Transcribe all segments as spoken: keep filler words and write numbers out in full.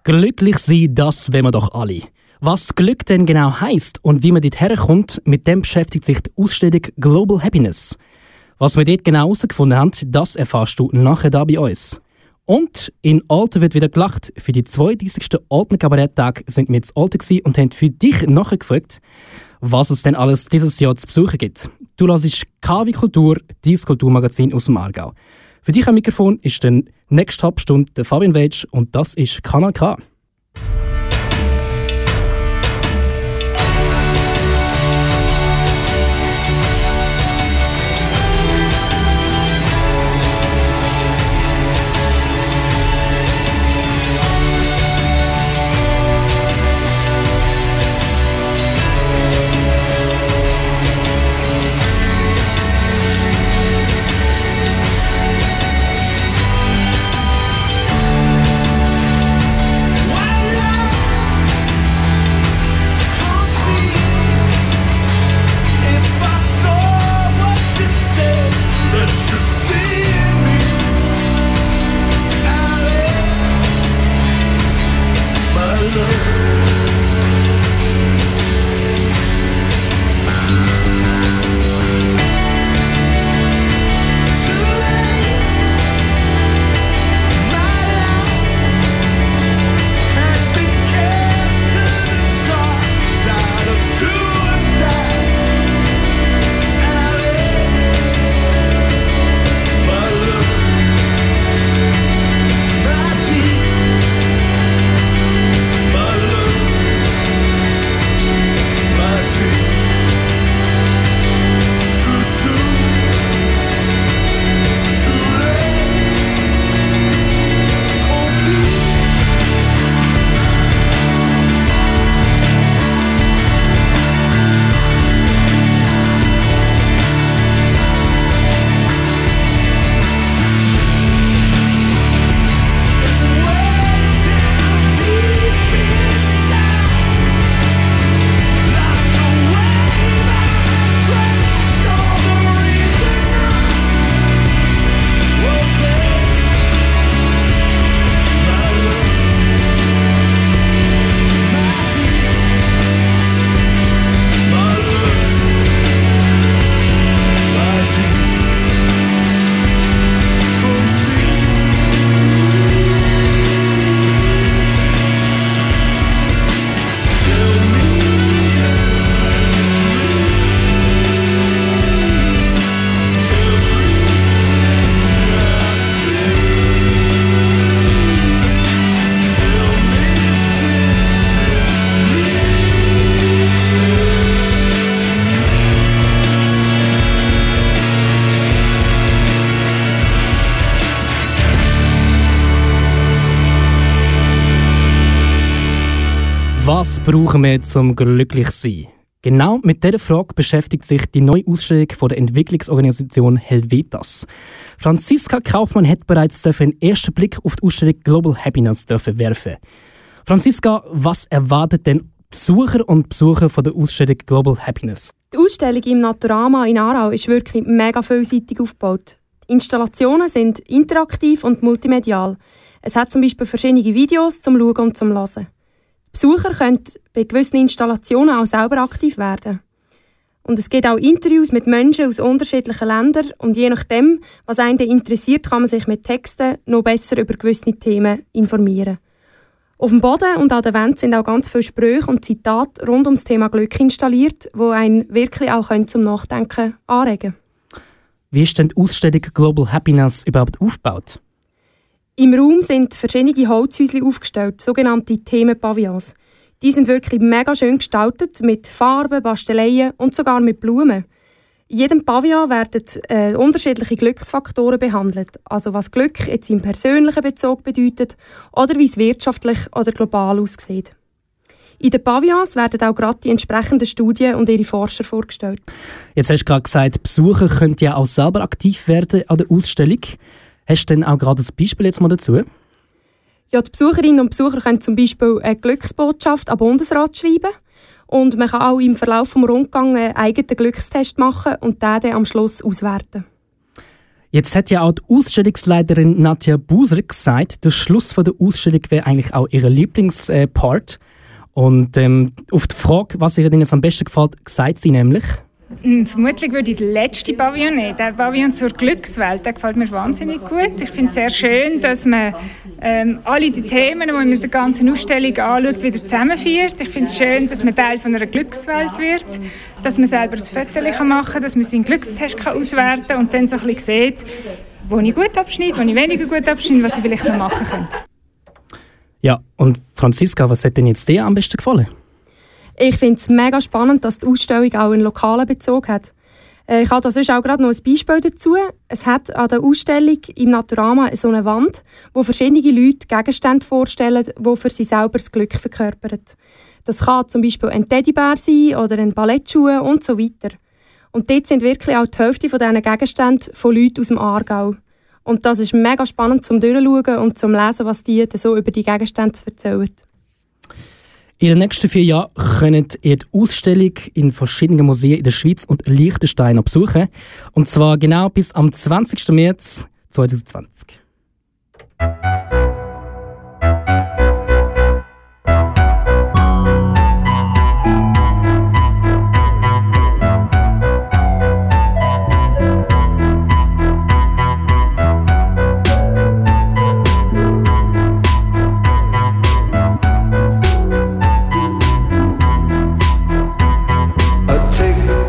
Glücklich sein, das wollen wir doch alle. Was Glück denn genau heisst und wie man dort herkommt, mit dem beschäftigt sich die Ausstellung Global Happiness. Was wir dort genau herausgefunden haben, das erfährst du nachher da bei uns. Und in Alten wird wieder gelacht. Für die zweiunddreißigsten Alten Kabaretttage sind wir jetzt Alten gewesen und haben für dich nachgefragt, was es denn alles dieses Jahr zu besuchen gibt. Du hörst K wie Kultur, dein Kulturmagazin aus dem Aargau. Für dich am Mikrofon ist der nächste Halbstunde der Fabian Weitsch und das ist Kanal K. Was brauchen wir zum glücklich sein? Genau mit dieser Frage beschäftigt sich die neue Ausstellung von der Entwicklungsorganisation Helvetas. Franziska Kaufmann hat bereits einen ersten Blick auf die Ausstellung Global Happiness werfen. Franziska, was erwartet denn Besucher und Besucher von der Ausstellung Global Happiness? Die Ausstellung im Naturama in Aarau ist wirklich mega vielseitig aufgebaut. Die Installationen sind interaktiv und multimedial. Es hat zum Beispiel verschiedene Videos zum Schauen und zum Hören. Die Besucher können bei gewissen Installationen auch selber aktiv werden. Und es gibt auch Interviews mit Menschen aus unterschiedlichen Ländern und je nachdem, was einen interessiert, kann man sich mit Texten noch besser über gewisse Themen informieren. Auf dem Boden und an der Wand sind auch ganz viele Sprüche und Zitate rund ums Thema Glück installiert, die einen wirklich auch zum Nachdenken anregen können. Wie ist denn die Ausstellung Global Happiness überhaupt aufgebaut? Im Raum sind verschiedene Holzhäuschen aufgestellt, sogenannte Themenpavillons. Die sind wirklich mega schön gestaltet, mit Farben, Basteleien und sogar mit Blumen. In jedem Pavillon werden äh, unterschiedliche Glücksfaktoren behandelt, also was Glück jetzt im persönlichen Bezug bedeutet oder wie es wirtschaftlich oder global aussieht. In den Pavillons werden auch gerade die entsprechenden Studien und ihre Forscher vorgestellt. Jetzt hast du gerade gesagt, Besucher können ja auch selber aktiv werden an der Ausstellung. Hast du denn auch gerade ein Beispiel jetzt mal dazu? Ja, die Besucherinnen und Besucher können zum Beispiel eine Glücksbotschaft an den Bundesrat schreiben. Und man kann auch im Verlauf des Rundgangs einen eigenen Glückstest machen und den dann am Schluss auswerten. Jetzt hat ja auch die Ausstellungsleiterin Nadja Buser gesagt, der Schluss von der Ausstellung wäre eigentlich auch ihr Lieblingspart. Und ähm, auf die Frage, was ihr denn jetzt am besten gefällt, sagt sie nämlich: Vermutlich würde ich den letzten Pavillon nehmen, der Pavillon zur Glückswelt. Der gefällt mir wahnsinnig gut. Ich finde es sehr schön, dass man ähm, alle die Themen, die man mit der ganzen Ausstellung anschaut, wieder zusammenführt. Ich finde es schön, dass man Teil von einer Glückswelt wird, dass man selber ein Foto machen kann, dass man seinen Glückstest auswerten kann und dann so ein bisschen sieht, wo ich gut abschneide, wo ich weniger gut abschneide, was ich vielleicht noch machen könnte. Ja, und Franziska, was hat denn jetzt dir am besten gefallen? Ich finde es mega spannend, dass die Ausstellung auch einen lokalen Bezug hat. Ich habe da sonst auch gerade noch ein Beispiel dazu. Es hat an der Ausstellung im Naturama so eine Wand, wo verschiedene Leute Gegenstände vorstellen, die für sie selber das Glück verkörpern. Das kann zum Beispiel ein Teddybär sein oder ein Ballettschuh und so weiter. Und dort sind wirklich auch die Hälfte von diesen Gegenständen von Leuten aus dem Aargau. Und das ist mega spannend zum Durchschauen und zum Lesen, was die so über die Gegenstände erzählen. In den nächsten vier Jahren könnt ihr die Ausstellung in verschiedenen Museen in der Schweiz und Liechtenstein besuchen. Und zwar genau bis am zwanzigsten März zweitausendzwanzig.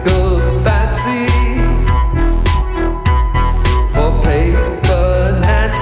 For paper, Nancy.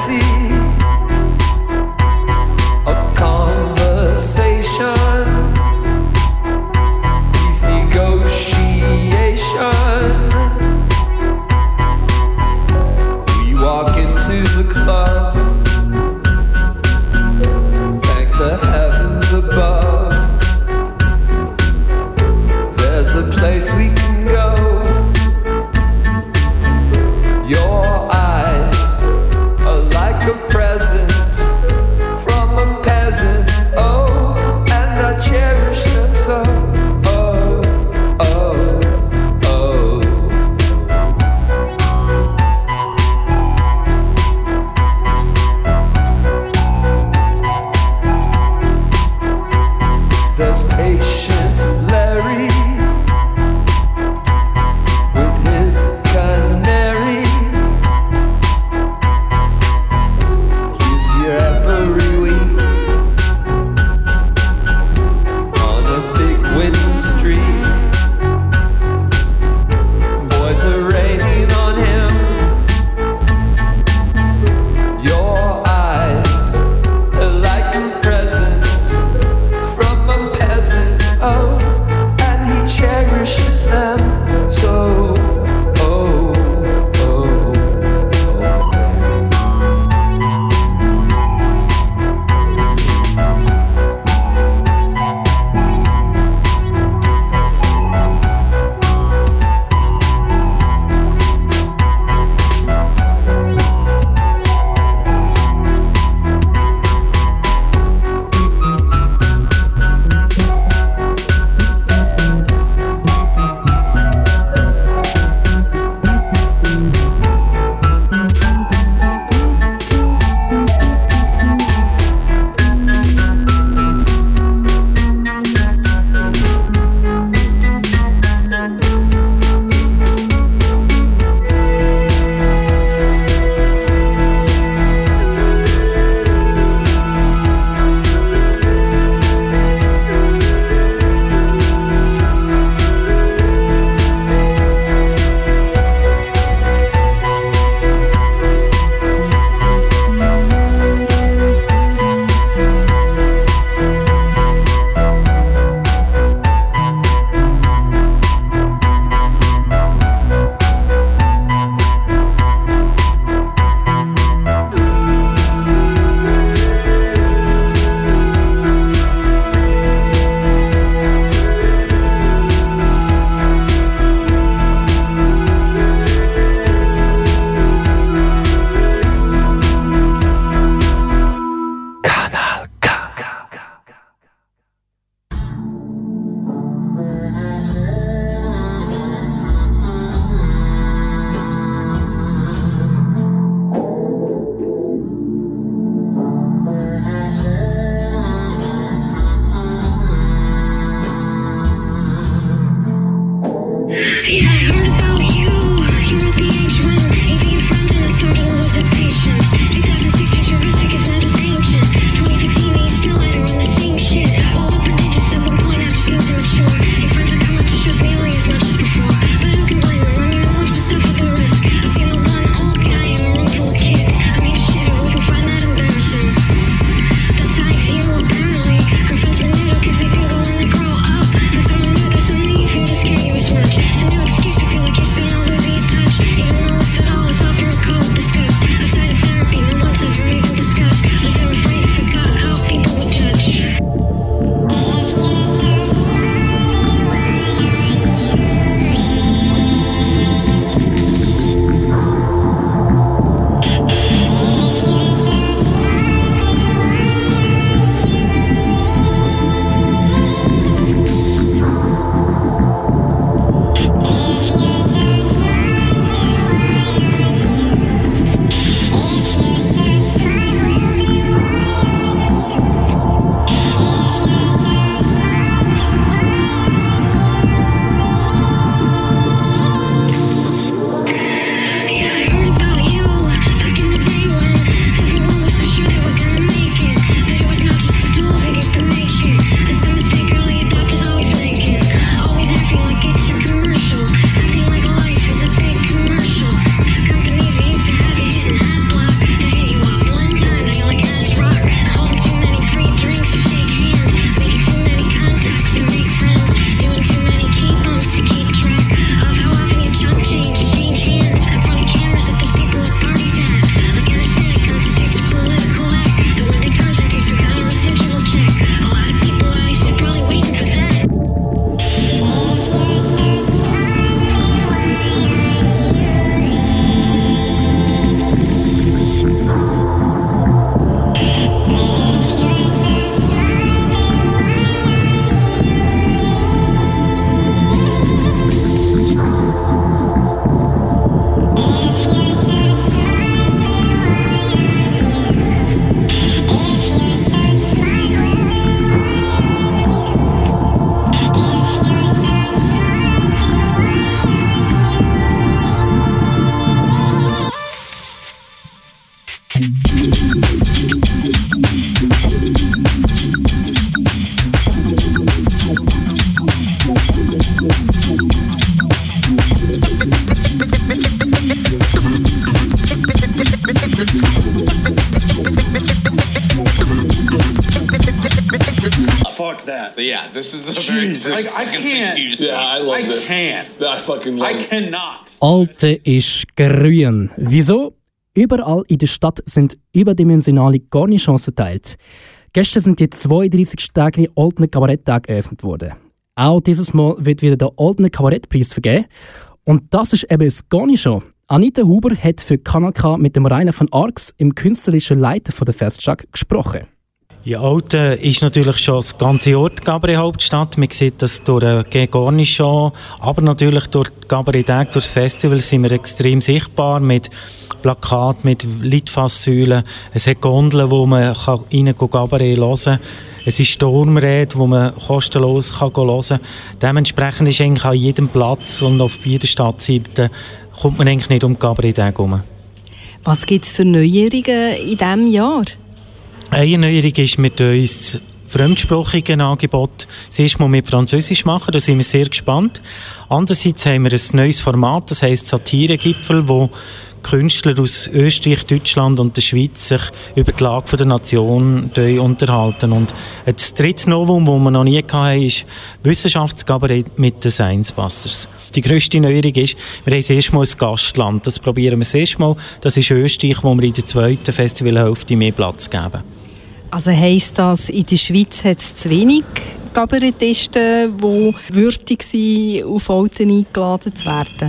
But yeah, this is the Jesus. very I, I can't. Yeah, I love I this. can't. I fucking love I cannot. Alte ist grün. Wieso? Überall in der Stadt sind überdimensionale Cornichons verteilt. Gestern sind die zweiunddreißigsten Oltener Kabaretttage eröffnet worden. Auch dieses Mal wird wieder der Oltener Kabarettpreis vergeben. Und das ist eben das Cornichon. Anita Huber hat für Kanal K mit dem Rainer von Arx, im künstlerischen Leiter der Festschlag, gesprochen. Ja, Olten ist natürlich schon das ganze Jahr die Cabaret-Hauptstadt. Man sieht das durch den Cornichon, aber natürlich durch die Cabaret-Tage, durch das Festival sind wir extrem sichtbar mit Plakaten, mit Litfaßsäulen. Es hat Gondeln, wo man rein Cabaret hören kann. Es ist Sturmrede, wo man kostenlos hören kann. Dementsprechend ist eigentlich an jedem Platz und auf jeder Stadtseite kommt man eigentlich nicht um die Cabaret-Tage herum. Was gibt es für Neuerungen in diesem Jahr? Eine Neuerung ist mit uns fremdsprachigen Angebot das erste Mal mit Französisch machen, da sind wir sehr gespannt. Andererseits haben wir ein neues Format, das heisst Satiregipfel, wo Künstler aus Österreich, Deutschland und der Schweiz sich über die Lage der Nation unterhalten. Und das dritte Novum, das wir noch nie hatten, ist Wissenschaftskabarett mit den Science Busters. Die grösste Neuerung ist, wir haben das erste Mal ein Gastland. Das probieren wir das erste Mal. Das ist Österreich, wo wir in der zweiten Festivalhälfte mehr Platz geben. Also heisst das, in der Schweiz hat es zu wenig Kabarettisten, die würdig sind, auf Olten eingeladen zu werden?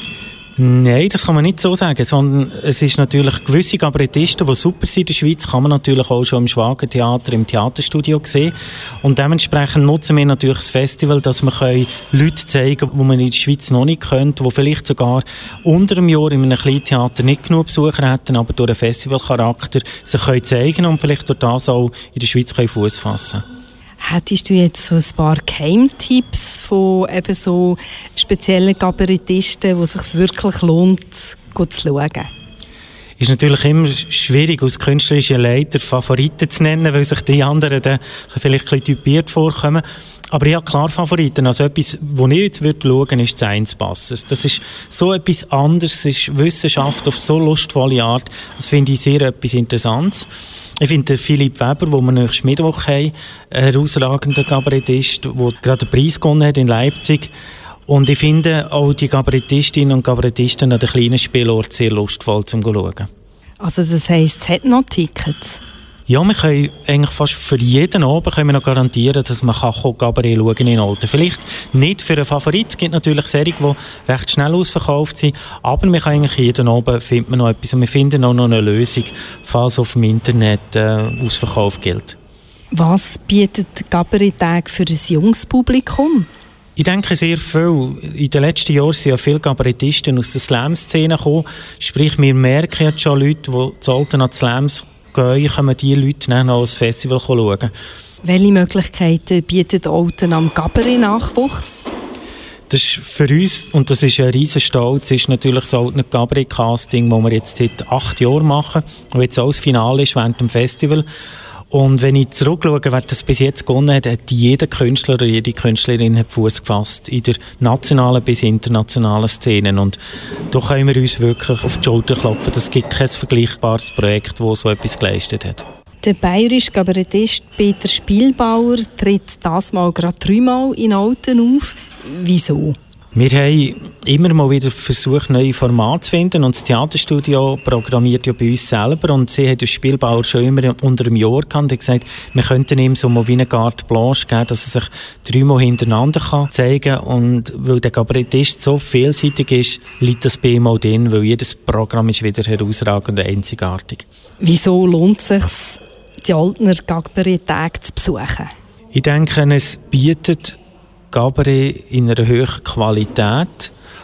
Nein, das kann man nicht so sagen, sondern es ist natürlich gewisse Kabarettisten, die super sind in der Schweiz, kann man natürlich auch schon im Schwagertheater, im Theaterstudio sehen. Und dementsprechend nutzen wir natürlich das Festival, dass wir Leute zeigen können, die man in der Schweiz noch nicht kennt, die vielleicht sogar unter einem Jahr in einem Kleintheater nicht genug Besucher hätten, aber durch einen Festivalcharakter sich können zeigen und vielleicht durch das auch in der Schweiz Fuß fassen können. Hättest du jetzt so ein paar Geheimtipps von eben so speziellen Kabarettisten, wo es sich wirklich lohnt, gut zu schauen? Es ist natürlich immer schwierig, als künstlerischer Leiter Favoriten zu nennen, weil sich die anderen dann vielleicht ein bisschen typiert vorkommen. Aber ich habe klar Favoriten. Also etwas, was ich jetzt schauen würde, ist Science Busters. Das ist so etwas anderes, es ist Wissenschaft auf so lustvolle Art. Das finde ich sehr etwas Interessantes. Ich finde Philipp Weber, den wir nächsten Mittwoch haben, ein herausragender Kabarettist, der gerade den Preis gewonnen hat in Leipzig. Und ich finde auch die Kabarettistinnen und Kabarettisten an den kleinen Spielort sehr lustvoll zum Schauen. Also das heisst, es hat noch Tickets? Ja, wir können eigentlich fast für jeden Abend können wir noch garantieren, dass man Kabaret schauen kann in Olten. Vielleicht nicht für einen Favorit, es gibt natürlich Serien, die recht schnell ausverkauft sind, aber wir können eigentlich jeden Abend finden wir noch etwas und wir finden auch noch eine Lösung, falls auf dem Internet äh, Ausverkauf gilt. Was bietet Kabarett-Tage für ein junges Publikum? Ich denke sehr viel. In den letzten Jahren sind ja viele Kabarettisten aus der Slam-Szene gekommen. Sprich, wir merken jetzt schon Leute, die zu Olten an die Slams gehen, können die Leute dann noch als Festival schauen. Welche Möglichkeiten bietet Olten am Kabarett-Nachwuchs? Das ist für uns, und das ist ein riesen Stolz, ist natürlich das Oltener Kabarett-Casting, das wir jetzt seit acht Jahren machen, und jetzt auch das Finale ist während dem Festival. Und wenn ich zurückschaue, wer das bis jetzt gewonnen hat, hat jeder Künstler oder jede Künstlerin hat Fuß gefasst in der nationalen bis internationalen Szene. Und da können wir uns wirklich auf die Schulter klopfen. Es gibt kein vergleichbares Projekt, das so etwas geleistet hat. Der bayerische Kabarettist Peter Spielbauer tritt das Mal gerade dreimal in Olten auf. Wieso? Wir haben immer mal wieder versucht, neue Formate zu finden, und das Theaterstudio programmiert ja bei uns selber, und sie hat den Spielbauer schon immer unter einem Jahr gehabt und hat gesagt, wir könnten ihm so mal wie eine Carte Blanche geben, dass er sich dreimal hintereinander kann zeigen kann, und weil der Kabarettist so vielseitig ist, liegt das bei ihm auch drin, weil jedes Programm ist wieder herausragend und einzigartig. Wieso lohnt es sich, die Oltener Kabarett-Tage zu besuchen? Ich denke, es bietet Kabarett in einer hohen Qualität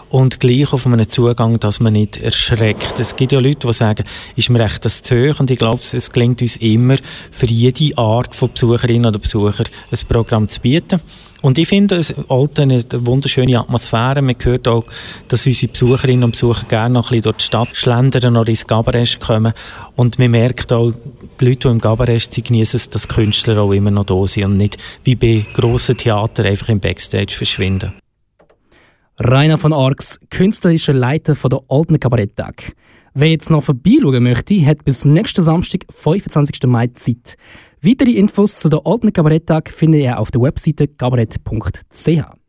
und gleich auf einen Zugang, dass man nicht erschreckt. Es gibt ja Leute, die sagen, ist mir echt das zu hoch? Und ich glaube, es gelingt uns immer, für jede Art von Besucherin oder Besucher ein Programm zu bieten. Und ich finde, es hat eine wunderschöne Atmosphäre. Man hört auch, dass unsere Besucherinnen und Besucher gerne noch ein bisschen durch die Stadt schlendern oder ins Gabarest kommen. Und man merkt auch, die Leute, die im Gabarest sind, genießen es, dass Künstler auch immer noch da sind und nicht wie bei grossen Theatern einfach im Backstage verschwinden. Rainer von Arx, künstlerischer Leiter von der Alten Kabaretttag. Wer jetzt noch vorbeischauen möchte, hat bis nächsten Samstag, fünfundzwanzigsten Mai, Zeit. Weitere Infos zu der Alten Kabaretttag findet ihr auf der Webseite kabarett punkt c h.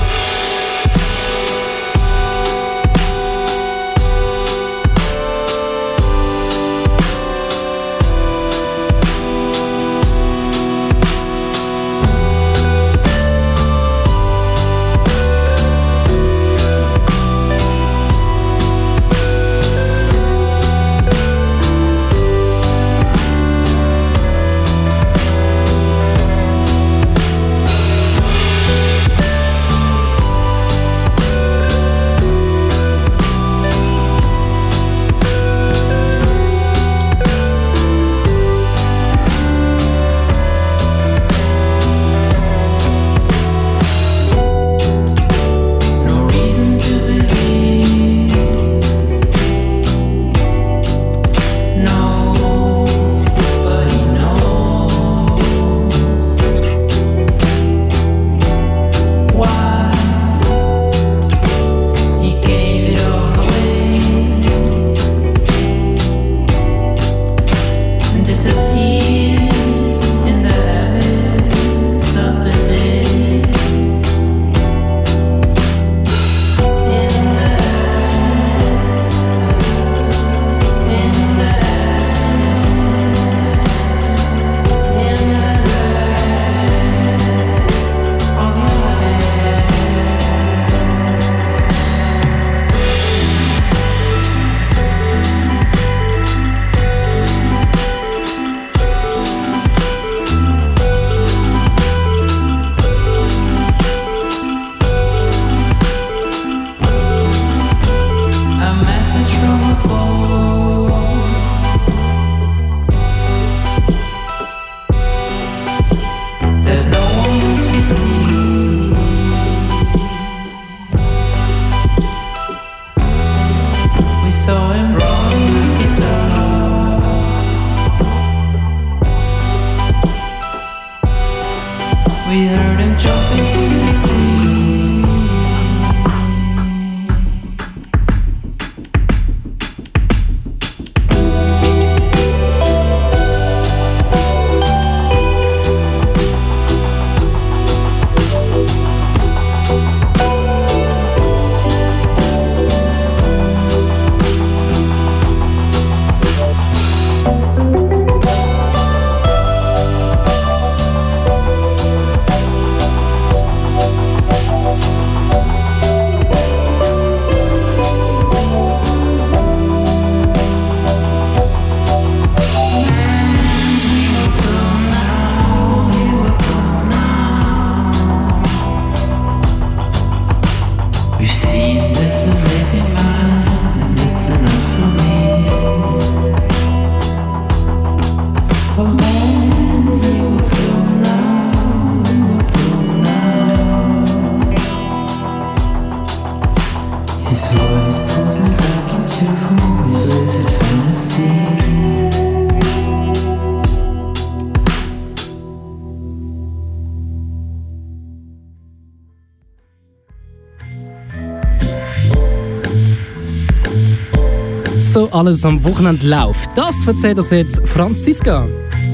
So alles am Wochenende läuft. Das erzählt uns jetzt Franziska.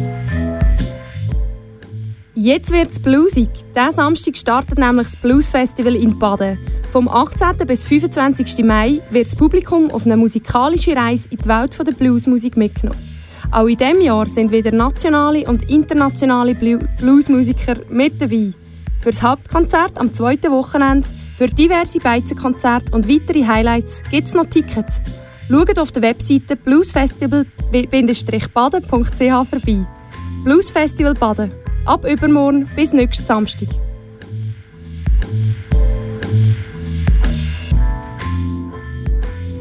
Jetzt wird's bluesig. Diesen Samstag startet nämlich das Blues Festival in Baden. Vom achtzehnten bis fünfundzwanzigsten Mai wird das Publikum auf eine musikalische Reise in die Welt der Bluesmusik mitgenommen. Auch in diesem Jahr sind wieder nationale und internationale Bluesmusiker mit dabei. Für das Hauptkonzert am zweiten Wochenende, für diverse Beizenkonzerte und weitere Highlights gibt es noch Tickets. Schaut auf der Webseite bluesfestival baden punkt c h vorbei. Blues Festival Baden. Ab übermorgen bis nächsten Samstag.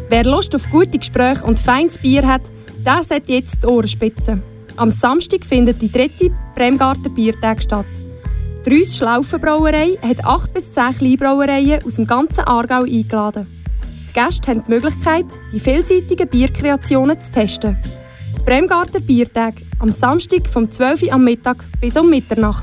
Wer Lust auf gute Gespräche und feines Bier hat, der sollte jetzt die Ohren spitzen. Am Samstag findet die dritte Bremgarten Biertag statt. Die Rüss Schlaufenbrauerei hat acht bis zehn Kleinbrauereien aus dem ganzen Aargau eingeladen. Die Gäste haben die Möglichkeit, die vielseitigen Bierkreationen zu testen. Die Bremgarten Biertag am Samstag vom zwölf Uhr am Mittag bis um Mitternacht.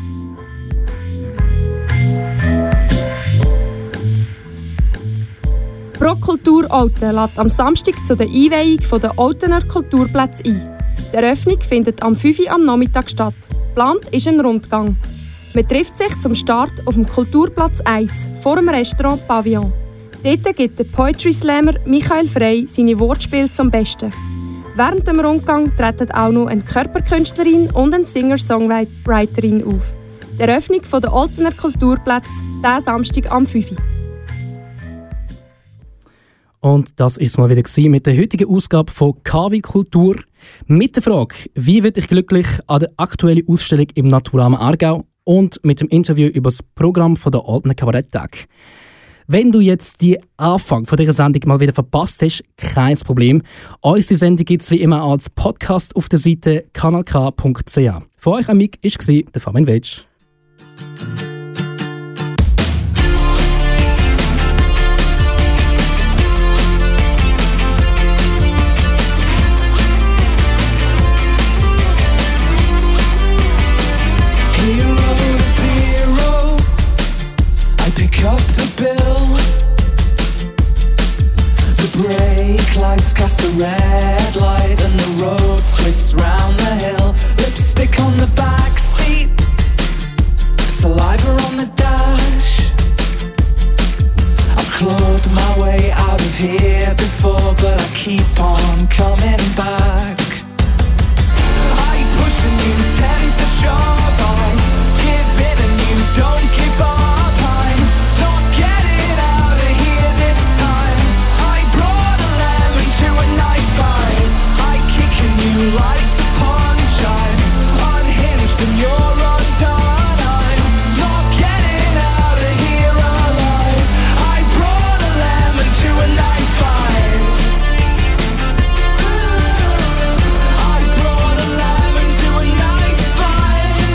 Prokultur Olten lädt am Samstag zu der Einweihung der Oltener Kulturplätze ein. Die Eröffnung findet am fünf Uhr am Nachmittag statt. Geplant ist ein Rundgang. Man trifft sich zum Start auf dem Kulturplatz eins vor dem Restaurant Pavillon. Dort gibt der Poetry Slammer Michael Frey seine Wortspiele zum Besten. Während dem Rundgang treten auch noch eine Körperkünstlerin und eine Singer-Songwriterin auf. Die Eröffnung der Oltener Kulturplätze diesen Samstag am fünf Uhr. Und das ist mal wieder mit der heutigen Ausgabe von K W Kultur. Mit der Frage, wie werde ich glücklich an der aktuellen Ausstellung im Naturama Aargau und mit dem Interview über das Programm von der Oltener Kabaretttag. Wenn du jetzt die Anfang von dieser Sendung mal wieder verpasst hast, kein Problem. Unsere Sendung gibt es wie immer als Podcast auf der Seite kanal k punkt c h. Für euch am Mic war der Fabian Welsch. Lights cast a red light and the road twists round the hill. Lipstick on the back seat, saliva on the dash. I've clawed my way out of here before, but I keep on coming back. I push and you tend to shove. I give in and you don't give up. I'm not getting out of here this time. I brought a lemon to a knife fight. I kick and you like to punch. I'm unhinged and you're undone. I'm not getting out of here alive. I brought a lemon to a knife fight. I brought a lemon to a knife fight.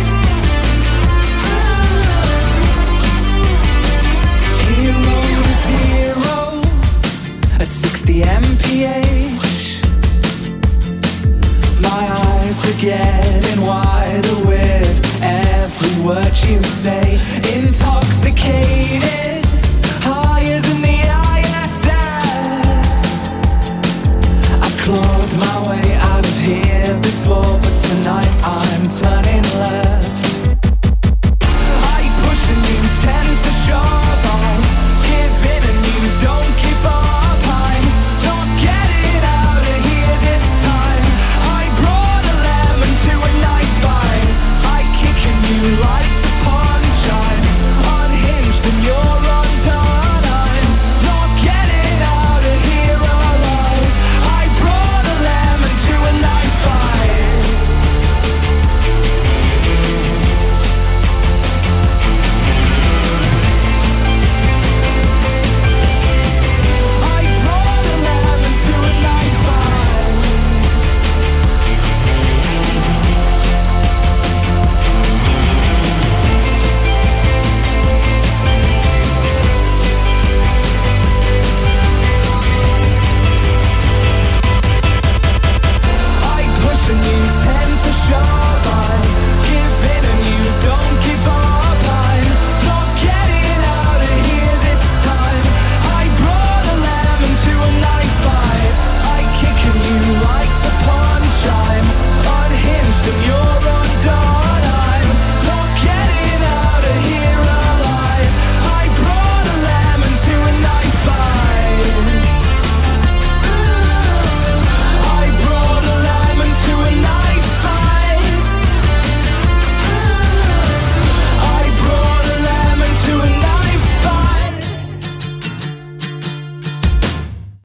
Hero to zero at sixty M P H. My eyes are getting wider with every word you say. Intoxicated, higher than the I S S. I've clawed my way out of here before, but tonight I'm turning